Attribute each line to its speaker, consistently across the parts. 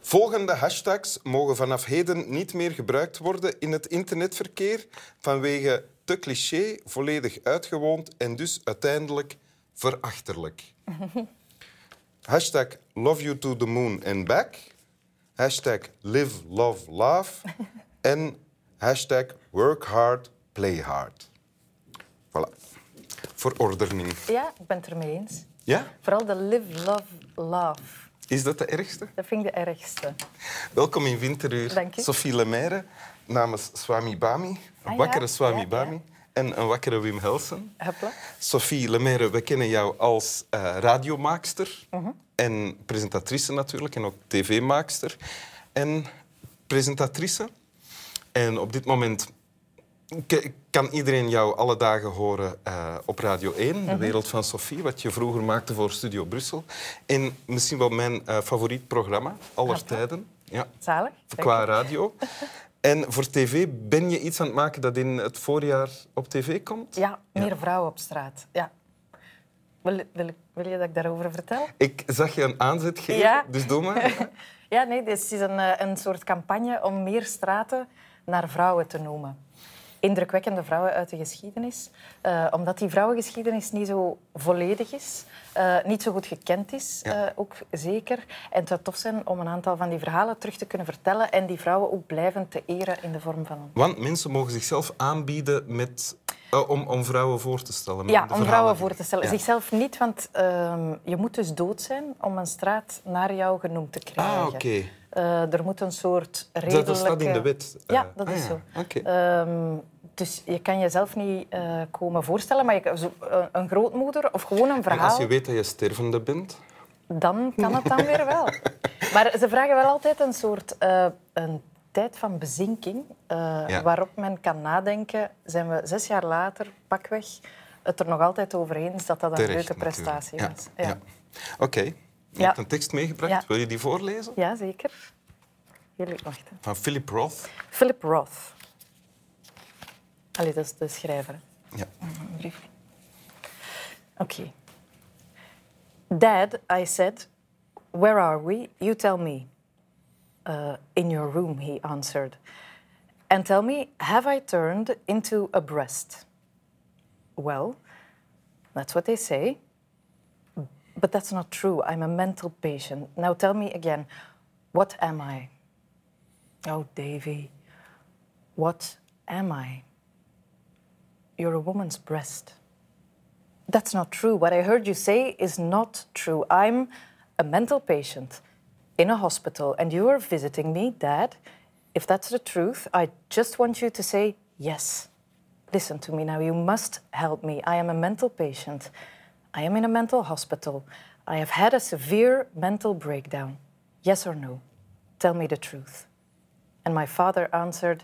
Speaker 1: Volgende hashtags mogen vanaf heden niet meer gebruikt worden in het internetverkeer vanwege te cliché, volledig uitgewoond en dus uiteindelijk verachterlijk. Hashtag love you to the moon and back. Hashtag live, love, laugh. En hashtag work hard, play hard. Voilà. Verordening.
Speaker 2: Ja, ik ben het ermee eens.
Speaker 1: Ja?
Speaker 2: Vooral de live, love, laugh.
Speaker 1: Is dat de ergste?
Speaker 2: Dat vind ik de ergste.
Speaker 1: Welkom in Winteruur,
Speaker 2: Dank je.
Speaker 1: Sophie Lemaire, namens Swami Bami, een wakkere Swami Bami en een wakkere Wim Helsen.
Speaker 2: Hopla.
Speaker 1: Sophie Lemaire, we kennen jou als radiomaakster en presentatrice natuurlijk, en ook tv-maakster en presentatrice. En op dit moment kan iedereen jou alle dagen horen op Radio 1, De Wereld van Sophie, wat je vroeger maakte voor Studio Brussel. En misschien wel mijn favoriet programma, aller tijden. Ja.
Speaker 2: Zalig.
Speaker 1: Qua radio. En voor tv ben je iets aan het maken dat in het voorjaar op tv komt?
Speaker 2: Ja, meer vrouwen op straat. Ja. Wil je dat ik daarover vertel?
Speaker 1: Ik zag je een aanzet geven, dus doe maar.
Speaker 2: Ja, nee, dit is een soort campagne om meer straten naar vrouwen te noemen. Indrukwekkende vrouwen uit de geschiedenis. Omdat die vrouwengeschiedenis niet zo volledig is, niet zo goed gekend is, ook zeker. En het zou tof zijn om een aantal van die verhalen terug te kunnen vertellen en die vrouwen ook blijvend te eren in de vorm van...
Speaker 1: Want mensen mogen zichzelf aanbieden met... om vrouwen voor te stellen.
Speaker 2: Ja, om vrouwen voor te stellen.
Speaker 1: Ja.
Speaker 2: Zichzelf niet, want je moet dus dood zijn om een straat naar jou genoemd te krijgen.
Speaker 1: Ah, oké.
Speaker 2: Er moet een soort redelijke...
Speaker 1: Dat staat in de wet?
Speaker 2: Ja, dat is zo.
Speaker 1: Okay.
Speaker 2: Dus je kan jezelf niet komen voorstellen, maar je kan een grootmoeder of gewoon een verhaal...
Speaker 1: En als je weet dat je stervende bent?
Speaker 2: Dan kan het dan weer wel. Maar ze vragen wel altijd een soort een tijd van bezinking, waarop men kan nadenken, zijn we 6 jaar later, pakweg, het er nog altijd over eens dat dat een leuke prestatie was.
Speaker 1: Ja. Oké. Je hebt een tekst meegebracht. Ja. Wil je die voorlezen?
Speaker 2: Ja, zeker. Wacht.
Speaker 1: Van Philip Roth.
Speaker 2: Philip Roth. Allee, dat is de schrijver.
Speaker 1: Ja.
Speaker 2: Een brief. Oké. Dad, I said, where are we? You tell me. In your room, he answered. And tell me, have I turned into a breast? Well, that's what they say. But that's not true. I'm a mental patient. Now tell me again, what am I? Oh, Davy, what am I? You're a woman's breast. That's not true. What I heard you say is not true. I'm a mental patient in a hospital, and you are visiting me, Dad. If that's the truth, I just want you to say yes. Listen to me now. You must help me. I am a mental patient. I am in a mental hospital. I have had a severe mental breakdown. Yes or no? Tell me the truth. And my father answered,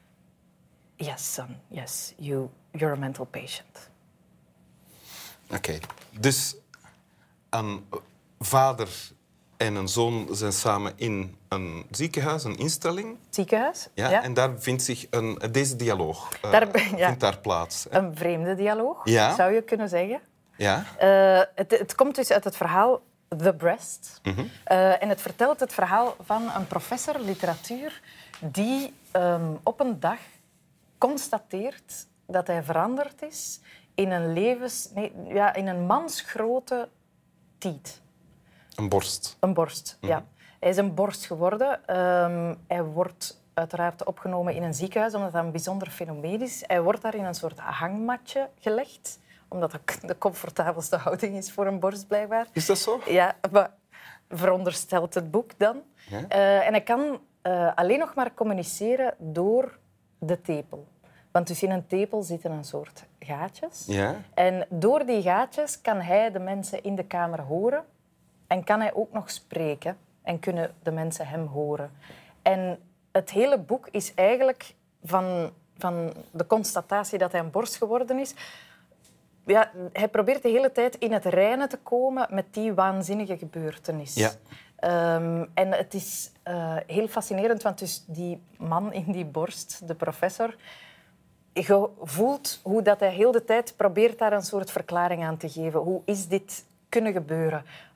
Speaker 2: yes, son. Yes, you're a mental patient.
Speaker 1: Oké. Dus een vader en een zoon zijn samen in een ziekenhuis, een instelling.
Speaker 2: Ziekenhuis?
Speaker 1: Ja. En daar vindt zich deze dialoog vindt daar plaats.
Speaker 2: Een vreemde dialoog, zou je kunnen zeggen.
Speaker 1: Ja.
Speaker 2: Het komt dus uit het verhaal The Breast. En het vertelt het verhaal van een professor literatuur die op een dag constateert dat hij veranderd is in in een mansgrote tiet.
Speaker 1: Een borst.
Speaker 2: Een borst, ja. Hij is een borst geworden. Hij wordt uiteraard opgenomen in een ziekenhuis, omdat dat een bijzonder fenomeen is. Hij wordt daar in een soort hangmatje gelegd, omdat dat de comfortabelste houding is voor een borst, blijkbaar.
Speaker 1: Is dat zo?
Speaker 2: Ja, maar veronderstelt het boek dan. Ja? En hij kan alleen nog maar communiceren door de tepel. Want dus in een tepel zitten een soort gaatjes.
Speaker 1: Ja.
Speaker 2: En door die gaatjes kan hij de mensen in de kamer horen. En kan hij ook nog spreken. En kunnen de mensen hem horen. En het hele boek is eigenlijk van de constatatie dat hij een borst geworden is. Ja, hij probeert de hele tijd in het reine te komen met die waanzinnige gebeurtenis.
Speaker 1: Ja.
Speaker 2: En het is heel fascinerend, want dus die man in die borst, de professor, je voelt hoe dat hij heel de tijd probeert daar een soort verklaring aan te geven. Hoe is dit kunnen gebeuren?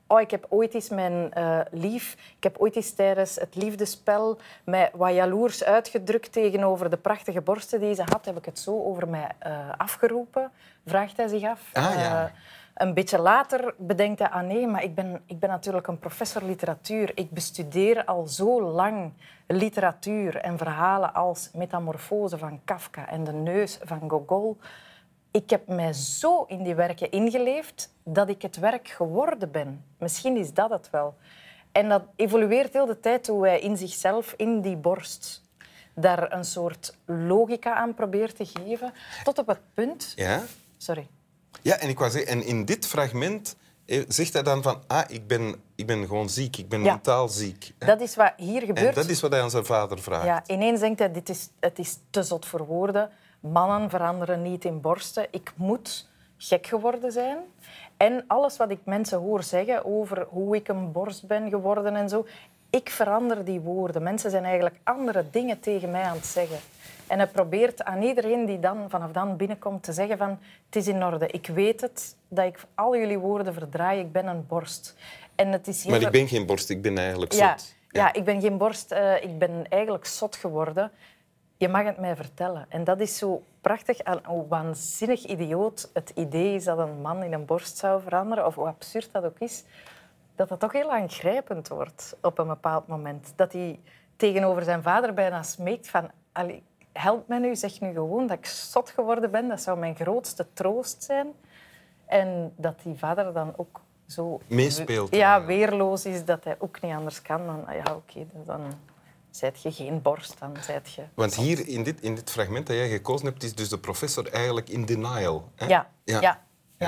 Speaker 2: Oh, ik heb ooit eens mijn ik heb ooit eens tijdens het liefdespel mij wat jaloers uitgedrukt tegenover de prachtige borsten die ze had. Heb ik het zo over mij afgeroepen? Vraagt hij zich af. Een beetje later bedenkt hij, nee, maar ik ben natuurlijk een professor literatuur. Ik bestudeer al zo lang literatuur en verhalen als Metamorfose van Kafka en De Neus van Gogol. Ik heb mij zo in die werken ingeleefd dat ik het werk geworden ben. Misschien is dat het wel. En dat evolueert heel de tijd hoe hij in zichzelf, in die borst, daar een soort logica aan probeert te geven. Tot op het punt...
Speaker 1: Ja?
Speaker 2: Sorry.
Speaker 1: Ja, en ik wou zeggen, en in dit fragment zegt hij dan van... ik ben gewoon ziek, ik ben mentaal ziek.
Speaker 2: Dat is wat hier gebeurt.
Speaker 1: En dat is wat hij aan zijn vader vraagt.
Speaker 2: Ja, ineens denkt hij, het is te zot voor woorden. Mannen veranderen niet in borsten. Ik moet gek geworden zijn. En alles wat ik mensen hoor zeggen over hoe ik een borst ben geworden en zo... Ik verander die woorden. Mensen zijn eigenlijk andere dingen tegen mij aan het zeggen. En hij probeert aan iedereen die dan vanaf dan binnenkomt te zeggen van... Het is in orde. Ik weet het, dat ik al jullie woorden verdraai. Ik ben een borst. En het is
Speaker 1: Maar ik ben geen borst, ik ben eigenlijk zot.
Speaker 2: Ja, ik ben geen borst. Ik ben eigenlijk zot geworden. Je mag het mij vertellen. En dat is zo prachtig aan hoe waanzinnig idioot het idee is dat een man in een borst zou veranderen. Of hoe absurd dat ook is. Dat dat toch heel aangrijpend wordt op een bepaald moment. Dat hij tegenover zijn vader bijna smeekt van... Help mij nu, zeg nu gewoon dat ik zot geworden ben. Dat zou mijn grootste troost zijn. En dat die vader dan ook zo...
Speaker 1: meespeelt.
Speaker 2: Ja, weerloos is, dat hij ook niet anders kan dan... Dan zijt je geen borst, dan zijt je...
Speaker 1: Want zot. Hier, in dit fragment dat jij gekozen hebt, is dus de professor eigenlijk in denial. Hè?
Speaker 2: Ja.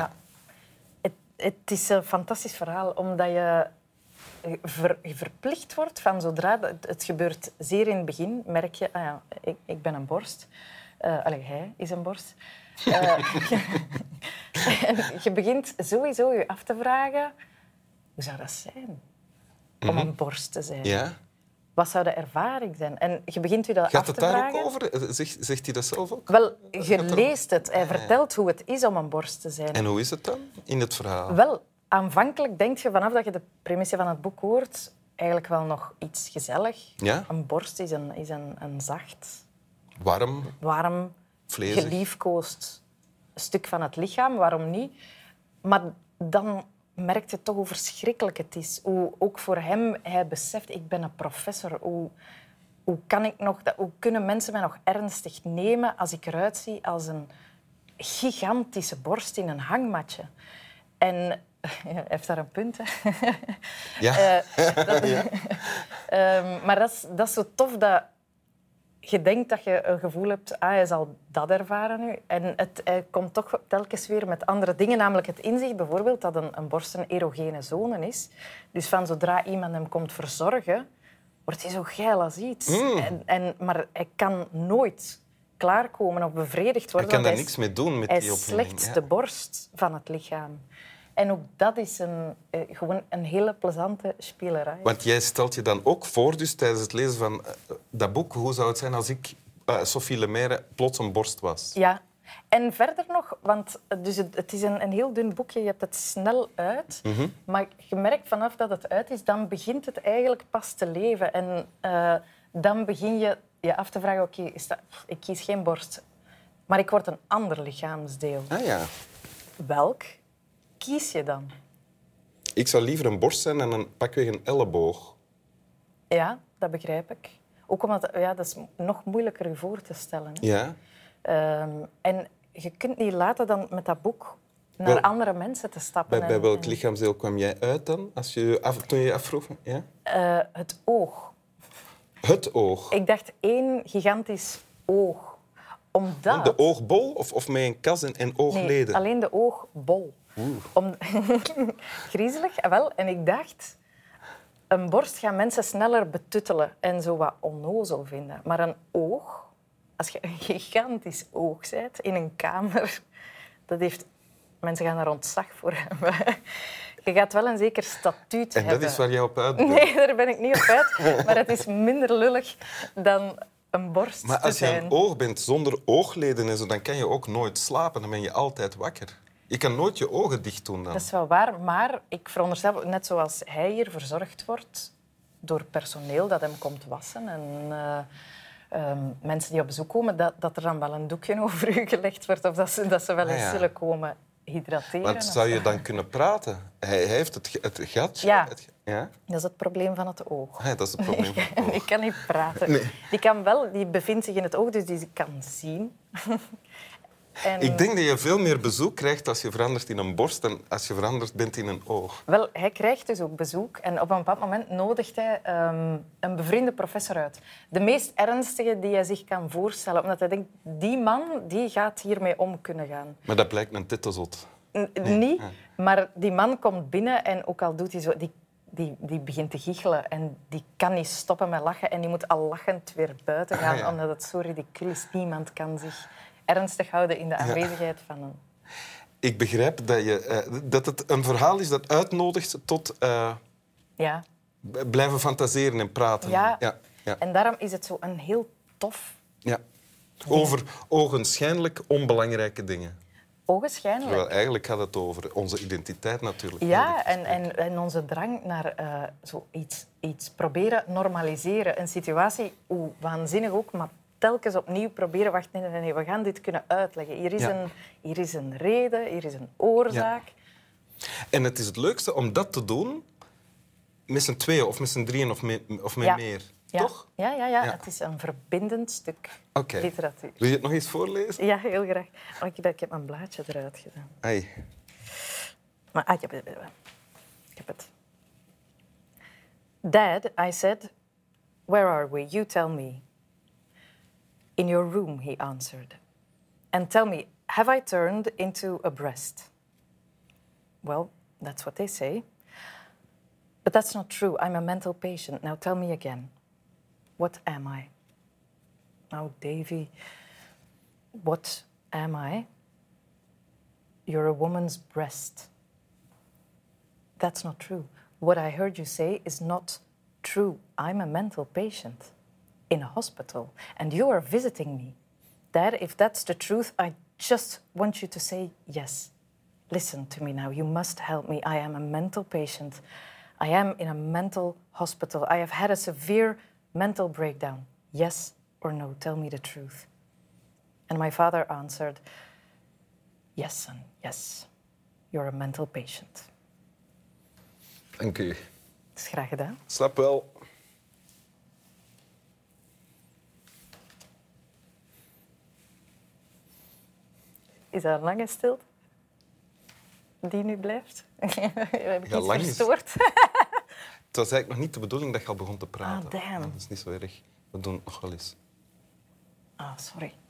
Speaker 2: Het is een fantastisch verhaal, omdat je verplicht wordt van zodra... Het gebeurt zeer in het begin, merk je... ik ben een borst. Hij is een borst. En je begint sowieso je af te vragen... Hoe zou dat zijn om een borst te zijn?
Speaker 1: Ja.
Speaker 2: Wat zou de ervaring zijn? En je begint je dat
Speaker 1: Gaat
Speaker 2: af te vragen.
Speaker 1: Gaat het daar ook over? Zegt hij dat zelf ook?
Speaker 2: Wel, je leest het. Hij vertelt hoe het is om een borst te zijn.
Speaker 1: En hoe is het dan in het verhaal?
Speaker 2: Wel, aanvankelijk denk je vanaf dat je de premisse van het boek hoort... eigenlijk wel nog iets gezellig.
Speaker 1: Ja?
Speaker 2: Een borst is een zacht...
Speaker 1: Warm, vlezig.
Speaker 2: Geliefkoosd stuk van het lichaam. Waarom niet? Maar dan merkt je toch hoe verschrikkelijk het is. Hoe ook voor hem, hij beseft, ik ben een professor. Hoe kunnen mensen mij nog ernstig nemen als ik eruit zie als een gigantische borst in een hangmatje? En hij heeft daar een punt, hè?
Speaker 1: Ja.
Speaker 2: Maar dat is zo tof dat je denkt dat je een gevoel hebt, hij zal dat ervaren nu. En hij komt toch telkens weer met andere dingen, namelijk het inzicht bijvoorbeeld dat een borst een erogene zone is. Dus van zodra iemand hem komt verzorgen, wordt hij zo geil als iets. Maar hij kan nooit klaarkomen of bevredigd worden.
Speaker 1: Hij kan daar niks mee doen met die
Speaker 2: oefening.
Speaker 1: oefening.
Speaker 2: Hij is slechts de borst van het lichaam. En ook dat is gewoon een hele plezante spelerij.
Speaker 1: Want jij stelt je dan ook voor, dus tijdens het lezen van dat boek, hoe zou het zijn als ik, Sophie Lemaire, plots een borst was?
Speaker 2: Ja. En verder nog, want dus het is een heel dun boekje, je hebt het snel uit. Mm-hmm. Maar je merkt vanaf dat het uit is, dan begint het eigenlijk pas te leven. En dan begin je je af te vragen, oké, ik kies geen borst, maar ik word een ander lichaamsdeel.
Speaker 1: Ah ja.
Speaker 2: Welk kies je dan?
Speaker 1: Ik zou liever een borst zijn dan pakweg een elleboog.
Speaker 2: Ja, dat begrijp ik. Ook omdat dat is nog moeilijker je voor te stellen. Hè?
Speaker 1: Ja.
Speaker 2: En je kunt niet laten dan met dat boek naar andere mensen te stappen.
Speaker 1: Bij welk lichaamsdeel kwam jij uit dan, toen je afvroeg? Ja?
Speaker 2: Het oog.
Speaker 1: Het oog?
Speaker 2: Ik dacht 1 gigantisch oog. Omdat...
Speaker 1: De oogbol of met een kas en oogleden?
Speaker 2: Nee, alleen de oogbol. Griezelig, wel. En ik dacht, een borst gaan mensen sneller betuttelen en zo wat onnozel vinden. Maar een oog, als je een gigantisch oog bent in een kamer, dat heeft... Mensen gaan daar ontzag voor hebben. Je gaat wel een zeker statuut hebben.
Speaker 1: En dat is waar jij op uit bent?
Speaker 2: Nee, daar ben ik niet op uit. Maar het is minder lullig dan een borst
Speaker 1: Maar als
Speaker 2: te zijn.
Speaker 1: je een oog bent zonder oogleden en zo, dan kan je ook nooit slapen. Dan ben je altijd wakker. Je kan nooit je ogen dicht doen dan.
Speaker 2: Dat is wel waar, maar ik veronderstel, net zoals hij hier verzorgd wordt door personeel dat hem komt wassen en mensen die op bezoek komen, dat er dan wel een doekje over u gelegd wordt of dat ze wel eens zullen komen hydrateren.
Speaker 1: Want zou je dan kunnen praten? Hij heeft het gatje.
Speaker 2: Ja.
Speaker 1: Ja,
Speaker 2: dat is het probleem van het oog.
Speaker 1: ja, dat is het probleem. Van het oog.
Speaker 2: Die kan niet praten.
Speaker 1: Nee.
Speaker 2: Die bevindt zich in het oog, dus die kan zien. En...
Speaker 1: Ik denk dat je veel meer bezoek krijgt als je verandert in een borst dan als je veranderd bent in een oog.
Speaker 2: Wel, hij krijgt dus ook bezoek. En op een bepaald moment nodigt hij een bevriende professor uit. De meest ernstige die hij zich kan voorstellen. Omdat hij denkt, die man die gaat hiermee om kunnen gaan.
Speaker 1: Maar dat blijkt een tettenzot.
Speaker 2: Niet, maar die man komt binnen en ook al doet hij zo... Die begint te giechelen en die kan niet stoppen met lachen. En die moet al lachend weer buiten gaan, omdat het zo ridicuul is. Niemand kan zich ernstig houden in de aanwezigheid van een...
Speaker 1: Ik begrijp dat het een verhaal is dat uitnodigt tot blijven fantaseren en praten.
Speaker 2: Ja. En daarom is het zo een heel tof...
Speaker 1: Ja. Over ogenschijnlijk onbelangrijke dingen.
Speaker 2: Ogenschijnlijk.
Speaker 1: Terwijl eigenlijk gaat het over onze identiteit natuurlijk.
Speaker 2: Ja, en onze drang naar iets proberen normaliseren. Een situatie, hoe waanzinnig ook, maar telkens opnieuw proberen... Wacht, nee, we gaan dit kunnen uitleggen. Hier is een reden, hier is een oorzaak.
Speaker 1: Ja. En het is het leukste om dat te doen met z'n tweeën of met z'n drieën of met meer.
Speaker 2: Ja.
Speaker 1: Toch?
Speaker 2: Ja, het is een verbindend stuk literatuur.
Speaker 1: Wil je het nog eens voorlezen?
Speaker 2: Ja, heel graag. Ik heb mijn blaadje eruit gedaan.
Speaker 1: Ai.
Speaker 2: Maar ik heb het. Dad, I said, where are we? You tell me. In your room, he answered. And tell me, have I turned into a breast? Well, that's what they say. But that's not true. I'm a mental patient. Now tell me again. What am I? Now, Davy, what am I? You're a woman's breast. That's not true. What I heard you say is not true. I'm a mental patient in a hospital, and you are visiting me. Dad, if that's the truth, I just want you to say yes. Listen to me now. You must help me. I am a mental patient. I am in a mental hospital. I have had a severe mental breakdown. Yes or no? Tell me the truth. And my father answered, yes, son, yes. You're a mental patient.
Speaker 1: Dank u.
Speaker 2: Dat is graag gedaan.
Speaker 1: Slap wel.
Speaker 2: Is dat een lange stilte die nu blijft? Heb ik iets
Speaker 1: lang
Speaker 2: verstoord?
Speaker 1: Het was eigenlijk nog niet de bedoeling dat je al begon te praten.
Speaker 2: Ah, damn.
Speaker 1: Dat is niet zo erg. We doen het nog wel eens.
Speaker 2: Ah, sorry.